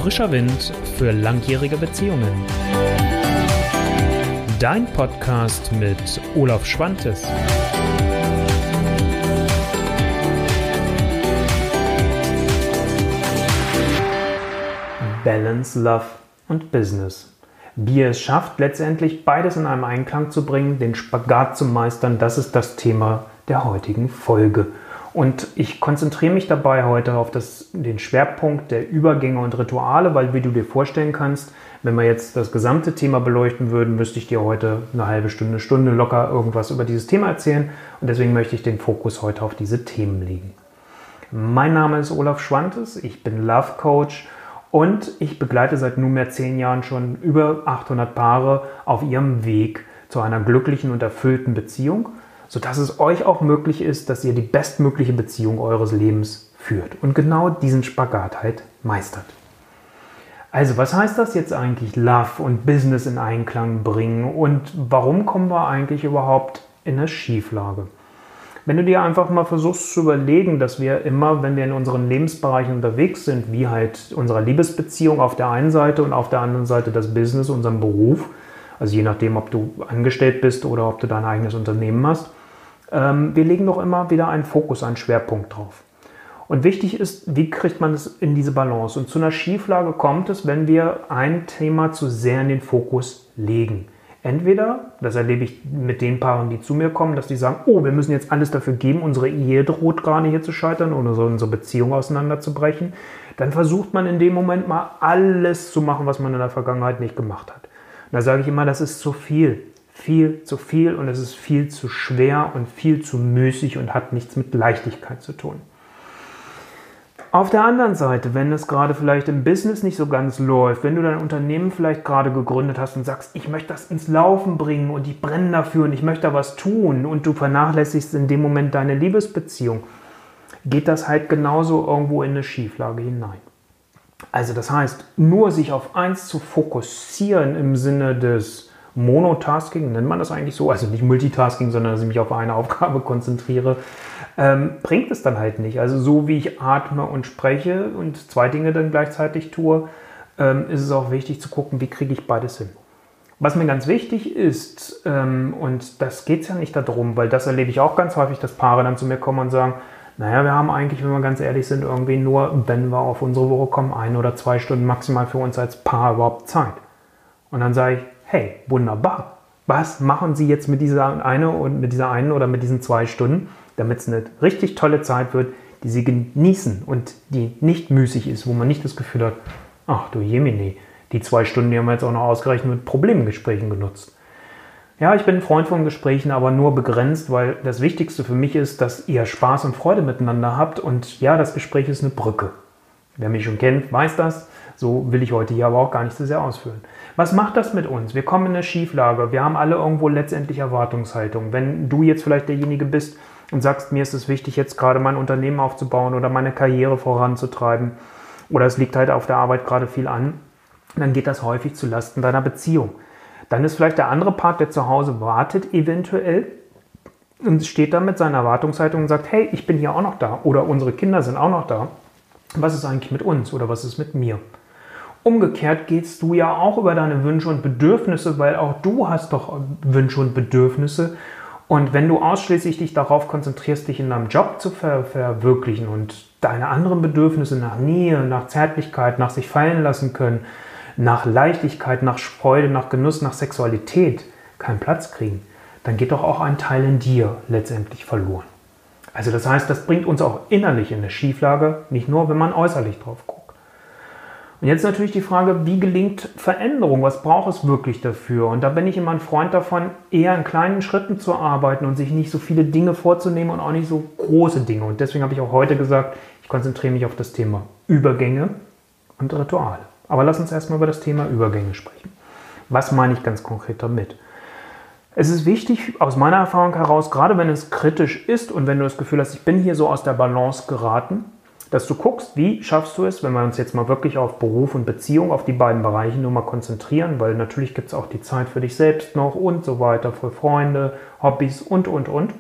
Frischer Wind für langjährige Beziehungen. Dein Podcast mit Olaf Schwantes. Balance, Love und Business. Wie ihr es schafft, letztendlich beides in einem Einklang zu bringen, den Spagat zu meistern, das ist das Thema der heutigen Folge. Und ich konzentriere mich dabei heute auf den Schwerpunkt der Übergänge und Rituale, weil, wie du dir vorstellen kannst, wenn wir jetzt das gesamte Thema beleuchten würden, müsste ich dir heute eine halbe Stunde locker irgendwas über dieses Thema erzählen. Und deswegen möchte ich den Fokus heute auf diese Themen legen. Mein Name ist Olaf Schwantes, ich bin Love Coach und ich begleite seit nunmehr 10 Jahren schon über 800 Paare auf ihrem Weg zu einer glücklichen und erfüllten Beziehung, sodass es euch auch möglich ist, dass ihr die bestmögliche Beziehung eures Lebens führt und genau diesen Spagat halt meistert. Also, was heißt das jetzt eigentlich, Love und Business in Einklang bringen und warum kommen wir eigentlich überhaupt in eine Schieflage? Wenn du dir einfach mal versuchst zu überlegen, dass wir immer, wenn wir in unseren Lebensbereichen unterwegs sind, wie halt unserer Liebesbeziehung auf der einen Seite und auf der anderen Seite das Business, unseren Beruf, also je nachdem, ob du angestellt bist oder ob du dein eigenes Unternehmen hast, wir legen doch immer wieder einen Fokus, einen Schwerpunkt drauf. Und wichtig ist, wie kriegt man es in diese Balance? Und zu einer Schieflage kommt es, wenn wir ein Thema zu sehr in den Fokus legen. Entweder, das erlebe ich mit den Paaren, die zu mir kommen, dass die sagen, oh, wir müssen jetzt alles dafür geben, unsere Ehe droht gerade hier zu scheitern oder so unsere Beziehung auseinanderzubrechen. Dann versucht man in dem Moment mal alles zu machen, was man in der Vergangenheit nicht gemacht hat. Und da sage ich immer, das ist zu viel. Viel zu viel und es ist viel zu schwer und viel zu müßig und hat nichts mit Leichtigkeit zu tun. Auf der anderen Seite, wenn es gerade vielleicht im Business nicht so ganz läuft, wenn du dein Unternehmen vielleicht gerade gegründet hast und sagst, ich möchte das ins Laufen bringen und ich brenne dafür und ich möchte da was tun und du vernachlässigst in dem Moment deine Liebesbeziehung, geht das halt genauso irgendwo in eine Schieflage hinein. Also das heißt, nur sich auf eins zu fokussieren im Sinne des Monotasking, nennt man das eigentlich so, also nicht Multitasking, sondern dass ich mich auf eine Aufgabe konzentriere, bringt es dann halt nicht. Also so wie ich atme und spreche und 2 Dinge dann gleichzeitig tue, ist es auch wichtig zu gucken, wie kriege ich beides hin. Was mir ganz wichtig ist, und das geht es ja nicht darum, weil das erlebe ich auch ganz häufig, dass Paare dann zu mir kommen und sagen, naja, wir haben eigentlich, wenn wir ganz ehrlich sind, irgendwie nur, wenn wir auf unsere Woche kommen, 1 oder 2 Stunden maximal für uns als Paar überhaupt Zeit. Und dann sage ich, hey, wunderbar, was machen Sie jetzt mit dieser einen oder mit diesen 2 Stunden, damit es eine richtig tolle Zeit wird, die Sie genießen und die nicht müßig ist, wo man nicht das Gefühl hat, ach du Jemine, die 2 Stunden, die haben wir jetzt auch noch ausgerechnet mit Problemgesprächen genutzt. Ja, ich bin ein Freund von Gesprächen, aber nur begrenzt, weil das Wichtigste für mich ist, dass ihr Spaß und Freude miteinander habt und ja, das Gespräch ist eine Brücke. Wer mich schon kennt, weiß das. So will ich heute hier aber auch gar nicht so sehr ausführen. Was macht das mit uns? Wir kommen in eine Schieflage. Wir haben alle irgendwo letztendlich Erwartungshaltung. Wenn du jetzt vielleicht derjenige bist und sagst, mir ist es wichtig, jetzt gerade mein Unternehmen aufzubauen oder meine Karriere voranzutreiben oder es liegt halt auf der Arbeit gerade viel an, dann geht das häufig zu Lasten deiner Beziehung. Dann ist vielleicht der andere Part, der zu Hause wartet, eventuell und steht dann mit seiner Erwartungshaltung und sagt, hey, ich bin hier auch noch da oder unsere Kinder sind auch noch da. Was ist eigentlich mit uns oder was ist mit mir? Umgekehrt gehst du ja auch über deine Wünsche und Bedürfnisse, weil auch du hast doch Wünsche und Bedürfnisse. Und wenn du ausschließlich dich darauf konzentrierst, dich in deinem Job zu verwirklichen und deine anderen Bedürfnisse nach Nähe, nach Zärtlichkeit, nach sich fallen lassen können, nach Leichtigkeit, nach Freude, nach Genuss, nach Sexualität keinen Platz kriegen, dann geht doch auch ein Teil in dir letztendlich verloren. Also das heißt, das bringt uns auch innerlich in eine Schieflage, nicht nur, wenn man äußerlich drauf guckt. Und jetzt natürlich die Frage, wie gelingt Veränderung? Was braucht es wirklich dafür? Und da bin ich immer ein Freund davon, eher in kleinen Schritten zu arbeiten und sich nicht so viele Dinge vorzunehmen und auch nicht so große Dinge. Und deswegen habe ich auch heute gesagt, ich konzentriere mich auf das Thema Übergänge und Rituale. Aber lass uns erstmal über das Thema Übergänge sprechen. Was meine ich ganz konkret damit? Es ist wichtig, aus meiner Erfahrung heraus, gerade wenn es kritisch ist und wenn du das Gefühl hast, ich bin hier so aus der Balance geraten, dass du guckst, wie schaffst du es, wenn wir uns jetzt mal wirklich auf Beruf und Beziehung, auf die beiden Bereiche nur mal konzentrieren, weil natürlich gibt es auch die Zeit für dich selbst noch und so weiter, für Freunde, Hobbys und.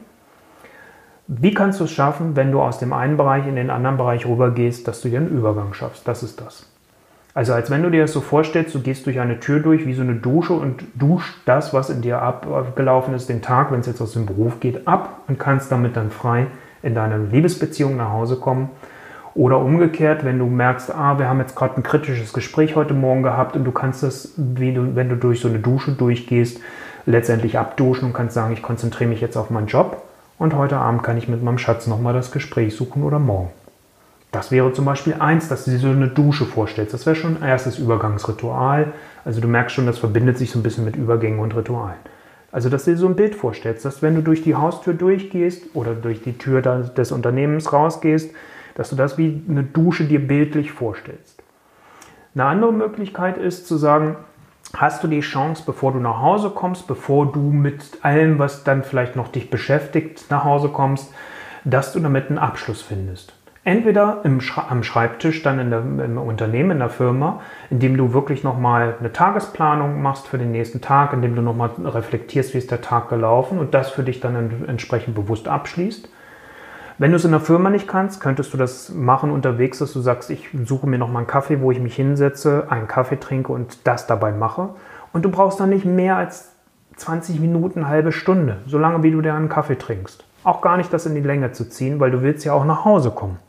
Wie kannst du es schaffen, wenn du aus dem einen Bereich in den anderen Bereich rübergehst, dass du dir einen Übergang schaffst? Das ist das. Also als wenn du dir das so vorstellst, du gehst durch eine Tür durch wie so eine Dusche und duscht das, was in dir abgelaufen ist, den Tag, wenn es jetzt aus dem Beruf geht, ab und kannst damit dann frei in deine Liebesbeziehung nach Hause kommen. Oder umgekehrt, wenn du merkst, wir haben jetzt gerade ein kritisches Gespräch heute Morgen gehabt und du kannst das, wenn du durch so eine Dusche durchgehst, letztendlich abduschen und kannst sagen, ich konzentriere mich jetzt auf meinen Job und heute Abend kann ich mit meinem Schatz nochmal das Gespräch suchen oder morgen. Das wäre zum Beispiel eins, dass du dir so eine Dusche vorstellst. Das wäre schon ein erstes Übergangsritual. Also du merkst schon, das verbindet sich so ein bisschen mit Übergängen und Ritualen. Also dass du dir so ein Bild vorstellst, dass wenn du durch die Haustür durchgehst oder durch die Tür des Unternehmens rausgehst, dass du das wie eine Dusche dir bildlich vorstellst. Eine andere Möglichkeit ist zu sagen, hast du die Chance, bevor du nach Hause kommst, bevor du mit allem, was dann vielleicht noch dich beschäftigt, nach Hause kommst, dass du damit einen Abschluss findest. Entweder am Schreibtisch, dann im Unternehmen, in der Firma, indem du wirklich nochmal eine Tagesplanung machst für den nächsten Tag, indem du nochmal reflektierst, wie ist der Tag gelaufen und das für dich dann entsprechend bewusst abschließt. Wenn du es in der Firma nicht kannst, könntest du das machen unterwegs, dass du sagst, ich suche mir nochmal einen Kaffee, wo ich mich hinsetze, einen Kaffee trinke und das dabei mache. Und du brauchst dann nicht mehr als 20 Minuten, eine halbe Stunde, solange wie du dir einen Kaffee trinkst. Auch gar nicht das in die Länge zu ziehen, weil du willst ja auch nach Hause kommen.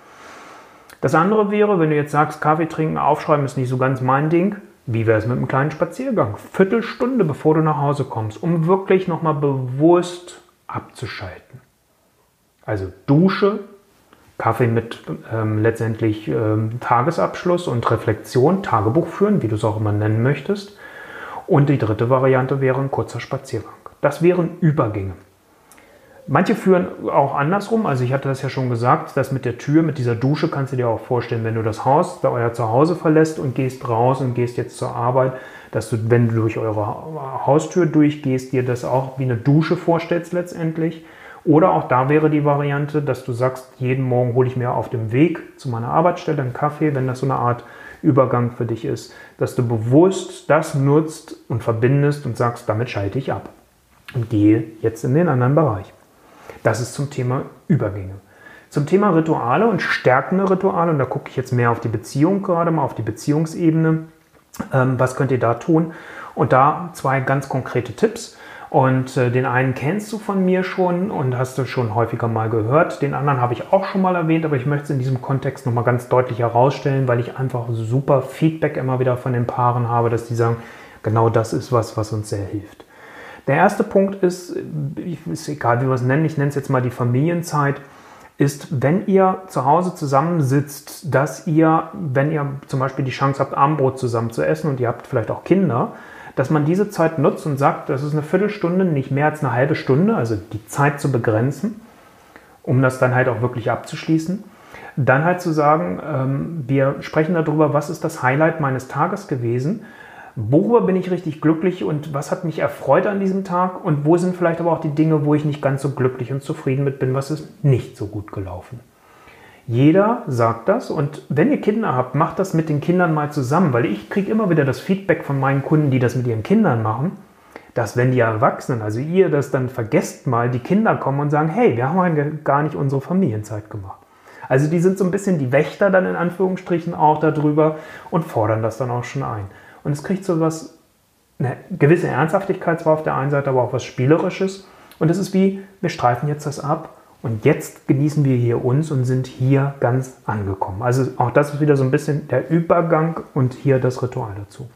Das andere wäre, wenn du jetzt sagst, Kaffee trinken, aufschreiben ist nicht so ganz mein Ding, wie wäre es mit einem kleinen Spaziergang? Viertelstunde, bevor du nach Hause kommst, um wirklich nochmal bewusst abzuschalten. Also Dusche, Kaffee mit letztendlich Tagesabschluss und Reflexion, Tagebuch führen, wie du es auch immer nennen möchtest. Und die dritte Variante wäre ein kurzer Spaziergang. Das wären Übergänge. Manche führen auch andersrum, also ich hatte das ja schon gesagt, das mit der Tür, mit dieser Dusche kannst du dir auch vorstellen, wenn du das Haus, euer Zuhause verlässt und gehst raus und gehst jetzt zur Arbeit, dass du, wenn du durch eure Haustür durchgehst, dir das auch wie eine Dusche vorstellst letztendlich. Oder auch da wäre die Variante, dass du sagst, jeden Morgen hole ich mir auf dem Weg zu meiner Arbeitsstelle einen Kaffee, wenn das so eine Art Übergang für dich ist, dass du bewusst das nutzt und verbindest und sagst, damit schalte ich ab und gehe jetzt in den anderen Bereich. Das ist zum Thema Übergänge. Zum Thema Rituale und stärkende Rituale, und da gucke ich jetzt mehr auf die Beziehung gerade mal, auf die Beziehungsebene. Was könnt ihr da tun? Und da 2 ganz konkrete Tipps. Und den einen kennst du von mir schon und hast du schon häufiger mal gehört. Den anderen habe ich auch schon mal erwähnt, aber ich möchte es in diesem Kontext nochmal ganz deutlich herausstellen, weil ich einfach super Feedback immer wieder von den Paaren habe, dass die sagen, genau das ist was uns sehr hilft. Der erste Punkt ist egal wie wir es nennen, ich nenne es jetzt mal die Familienzeit, ist, wenn ihr zu Hause zusammensitzt, dass ihr, wenn ihr zum Beispiel die Chance habt, Abendbrot zusammen zu essen und ihr habt vielleicht auch Kinder, dass man diese Zeit nutzt und sagt, das ist eine Viertelstunde, nicht mehr als eine halbe Stunde, also die Zeit zu begrenzen, um das dann halt auch wirklich abzuschließen. Dann halt zu sagen, wir sprechen darüber, was ist das Highlight meines Tages gewesen, worüber bin ich richtig glücklich und was hat mich erfreut an diesem Tag und wo sind vielleicht aber auch die Dinge, wo ich nicht ganz so glücklich und zufrieden mit bin, was ist nicht so gut gelaufen. Jeder sagt das und wenn ihr Kinder habt, macht das mit den Kindern mal zusammen, weil ich kriege immer wieder das Feedback von meinen Kunden, die das mit ihren Kindern machen, dass wenn die Erwachsenen, also ihr das dann vergesst mal, die Kinder kommen und sagen, hey, wir haben gar nicht unsere Familienzeit gemacht. Also die sind so ein bisschen die Wächter dann in Anführungsstrichen auch darüber und fordern das dann auch schon ein. Und es kriegt so was, eine gewisse Ernsthaftigkeit zwar auf der einen Seite, aber auch was Spielerisches. Und es ist wie, wir streifen jetzt das ab und jetzt genießen wir hier uns und sind hier ganz angekommen. Also auch das ist wieder so ein bisschen der Übergang und hier das Ritual dazu.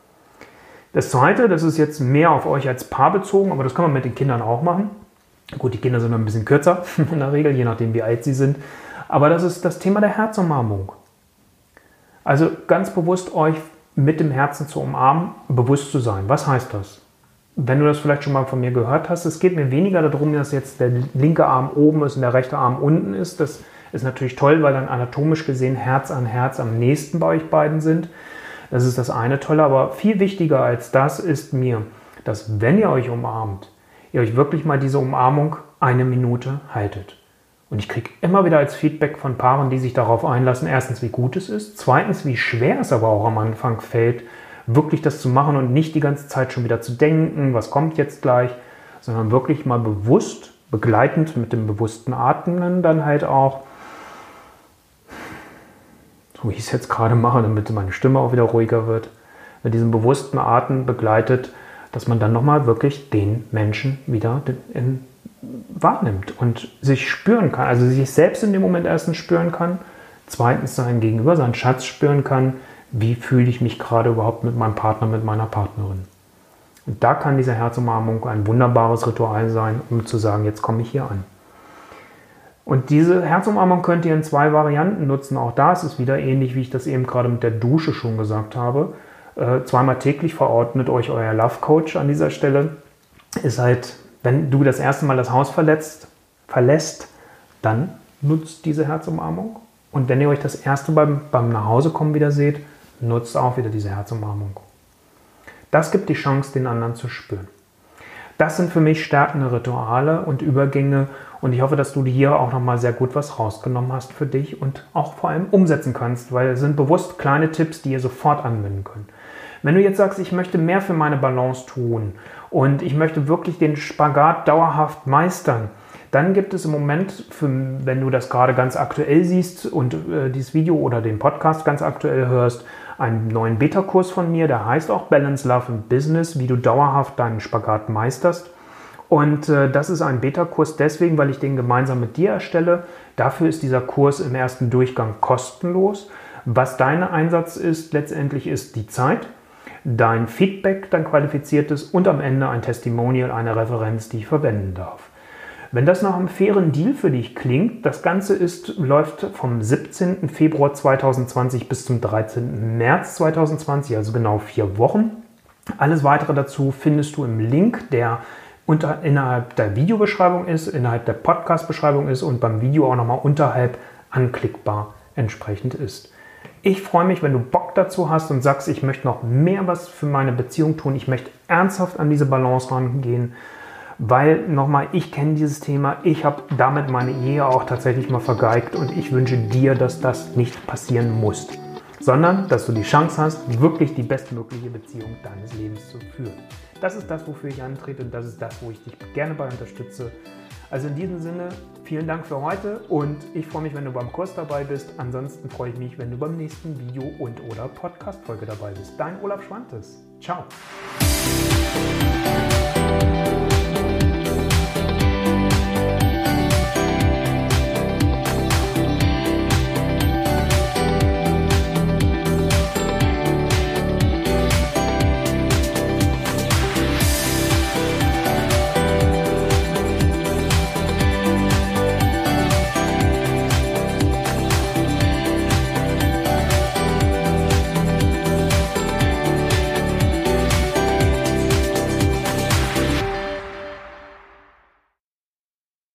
Das Zweite, das ist jetzt mehr auf euch als Paar bezogen, aber das kann man mit den Kindern auch machen. Gut, die Kinder sind noch ein bisschen kürzer in der Regel, je nachdem wie alt sie sind. Aber das ist das Thema der Herzumarmung. Also ganz bewusst euch mit dem Herzen zu umarmen, bewusst zu sein. Was heißt das? Wenn du das vielleicht schon mal von mir gehört hast, es geht mir weniger darum, dass jetzt der linke Arm oben ist und der rechte Arm unten ist. Das ist natürlich toll, weil dann anatomisch gesehen Herz an Herz am nächsten bei euch beiden sind. Das ist das eine Tolle, aber viel wichtiger als das ist mir, dass wenn ihr euch umarmt, ihr euch wirklich mal diese Umarmung 1 Minute haltet. Und ich kriege immer wieder als Feedback von Paaren, die sich darauf einlassen, erstens, wie gut es ist, zweitens, wie schwer es aber auch am Anfang fällt, wirklich das zu machen und nicht die ganze Zeit schon wieder zu denken, was kommt jetzt gleich, sondern wirklich mal bewusst, begleitend mit dem bewussten Atmen dann halt auch so wie ich es jetzt gerade mache, damit meine Stimme auch wieder ruhiger wird, mit diesem bewussten Atmen begleitet, dass man dann nochmal wirklich den Menschen wieder wahrnimmt und sich spüren kann, also sich selbst in dem Moment erstens spüren kann, zweitens sein Gegenüber, seinen Schatz spüren kann, wie fühle ich mich gerade überhaupt mit meinem Partner, mit meiner Partnerin. Und da kann diese Herzumarmung ein wunderbares Ritual sein, um zu sagen, jetzt komme ich hier an. Und diese Herzumarmung könnt ihr in 2 Varianten nutzen. Auch da ist es wieder ähnlich, wie ich das eben gerade mit der Dusche schon gesagt habe. 2-mal täglich verordnet euch euer Love Coach an dieser Stelle. Ist halt, wenn du das erste Mal das Haus verlässt, dann nutzt diese Herzumarmung. Und wenn ihr euch das erste beim Nachhausekommen wieder seht, nutzt auch wieder diese Herzumarmung. Das gibt die Chance, den anderen zu spüren. Das sind für mich stärkende Rituale und Übergänge und ich hoffe, dass du hier auch nochmal sehr gut was rausgenommen hast für dich und auch vor allem umsetzen kannst, weil es sind bewusst kleine Tipps, die ihr sofort anwenden könnt. Wenn du jetzt sagst, ich möchte mehr für meine Balance tun und ich möchte wirklich den Spagat dauerhaft meistern, dann gibt es im Moment, wenn du das gerade ganz aktuell siehst und dieses Video oder den Podcast ganz aktuell hörst, einen neuen Beta-Kurs von mir, der heißt auch Balance, Love and Business, wie du dauerhaft deinen Spagat meisterst. Und das ist ein Beta-Kurs deswegen, weil ich den gemeinsam mit dir erstelle. Dafür ist dieser Kurs im ersten Durchgang kostenlos. Was dein Einsatz ist, letztendlich ist die Zeit, dein Feedback, dein qualifiziertes und am Ende ein Testimonial, eine Referenz, die ich verwenden darf. Wenn das nach einem fairen Deal für dich klingt, das Ganze läuft vom 17. Februar 2020 bis zum 13. März 2020, also genau 4 Wochen. Alles weitere dazu findest du im Link, der innerhalb der Videobeschreibung ist, innerhalb der Podcast-Beschreibung ist und beim Video auch nochmal unterhalb anklickbar entsprechend ist. Ich freue mich, wenn du Bock dazu hast und sagst, ich möchte noch mehr was für meine Beziehung tun, ich möchte ernsthaft an diese Balance rangehen. Weil, nochmal, ich kenne dieses Thema, ich habe damit meine Ehe auch tatsächlich mal vergeigt und ich wünsche dir, dass das nicht passieren muss, sondern dass du die Chance hast, wirklich die bestmögliche Beziehung deines Lebens zu führen. Das ist das, wofür ich antrete und das ist das, wo ich dich gerne bei unterstütze. Also in diesem Sinne, vielen Dank für heute und ich freue mich, wenn du beim Kurs dabei bist. Ansonsten freue ich mich, wenn du beim nächsten Video und/oder Podcast-Folge dabei bist. Dein Olaf Schwantes. Ciao.